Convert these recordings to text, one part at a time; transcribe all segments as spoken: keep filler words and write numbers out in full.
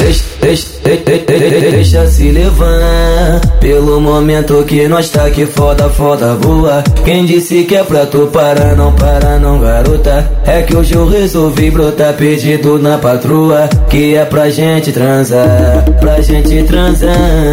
Deixa, deixa, deixa, deixa se levar pelo momento que nós tá aqui foda, foda, boa. Quem disse que é pra tu parar, não para não, garota. É que hoje eu resolvi brotar pedido na patroa, que é pra gente transar, pra gente transar.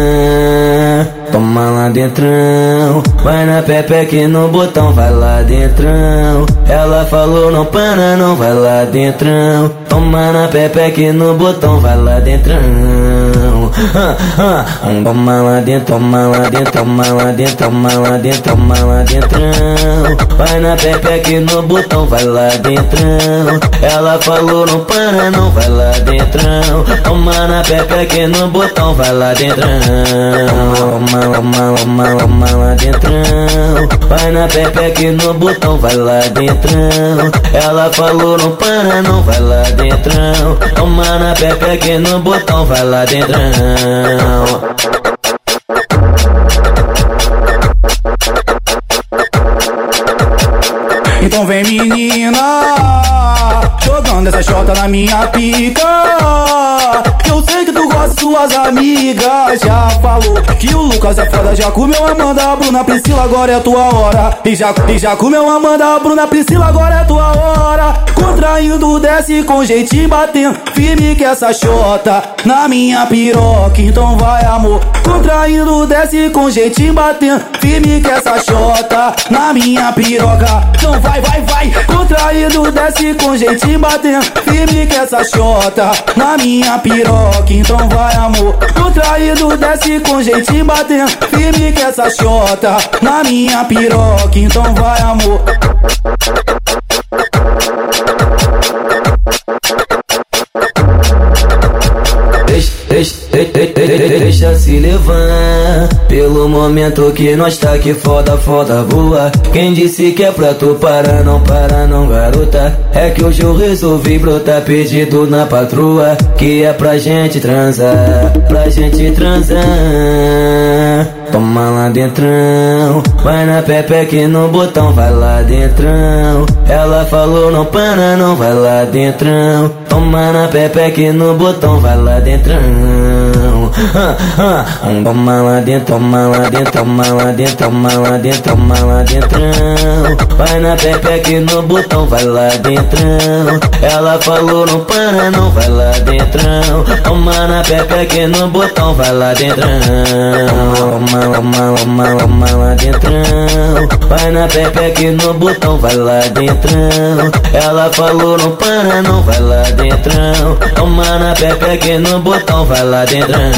Toma lá dentrão, vai na pepeca no botão, vai lá dentrão. Ela falou não para não, vai lá dentrão. Toma na pepeca no botão, vai lá dentrão. Ah, ah, toma lá dentro, toma lá dentro, toma lá dentro, toma lá dentro, toma lá dentrão. Vai na pepeca no botão, vai lá dentrão. Ela falou não para não, vai lá dentrão. Toma na pepeca no botão, vai lá dentrão. Toma, toma, toma, toma lá dentrão. Vai na pepeca no botão, vai lá dentrão. Ela falou não para não, vai lá dentrão. Toma na pepeca no botão, vai lá dentrão. Então vem menina, jogando essa chota na minha pica. Eu sei que tu gosta de suas amigas. Já falou que o Lucas é foda. Já comeu a Amanda, a Bruna, a Priscila, agora é a tua hora. E já, e já comeu a Amanda, a Bruna, a Priscila, agora é a tua hora. Contraindo, desce com jeitinho, batendo firme que essa chota na minha piroca. Então vai amor. Contraindo, desce com jeitinho, batendo firme que essa chota na minha piroca. Então vai, vai, vai. Contraindo, desce com jeitinho, batendo firme que essa chota na minha piroca. Então vai amor. Contraído, desce com jeitinho, batendo firme que essa chota na minha piroca. Então vai amor. Deixa, deixa, deixa se levar pelo momento que nós tá aqui foda, foda, boa. Quem disse que é pra tu parar, não para não, garota. É que hoje eu resolvi brotar pedido na patroa, que é pra gente transar, pra gente transar. Toma lá dentrão, vai na pepeca no botão, vai lá dentrão. Ela falou não para não, vai lá dentrão. Toma na pepeca no botão, vai lá dentrão. Ah, ah, toma lá dentro, toma lá dentro, toma lá dentro, toma lá dentro, toma lá dentrão. Vai na pepeca no botão, vai lá dentrão. Ela falou não para não, vai lá dentrão. Toma na pepeca no botão, vai lá dentrão. Toma, toma, toma, toma lá dentrão. Vai na pepeca no botão, vai lá dentrão. Ela falou não para não, vai lá dentrão. Toma na pepeca no botão, vai lá dentrão.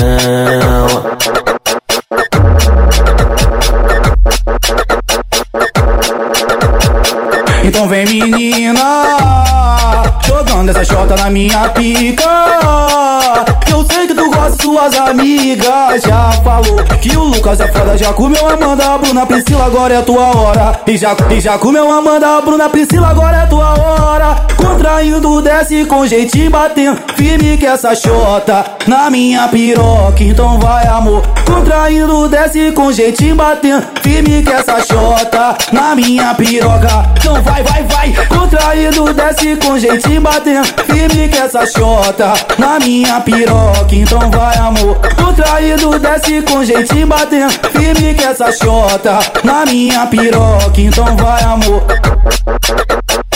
Então vem menina, jogando essa chota na minha pica. Eu sei que tu gosta de suas amigas. Já falou que o Lucas é foda. Já comeu a Amanda, a Bruna, a Priscila, agora é a tua hora. E já, e já comeu a Amanda, a Bruna, a Priscila, agora é a tua hora. Contraindo, desce com jeitinho, batendo firme que essa chota na minha piroca. Então vai amor. Contraindo, desce com jeitinho, batendo firme que essa chota na minha piroca. Então vai, vai, vai. Contraindo, desce com jeitinho, batendo firme que essa chota na minha piroca. Então vai amor. Contraído, desce com jeitinho, batendo firme que essa chota na minha piroca. Então vai amor.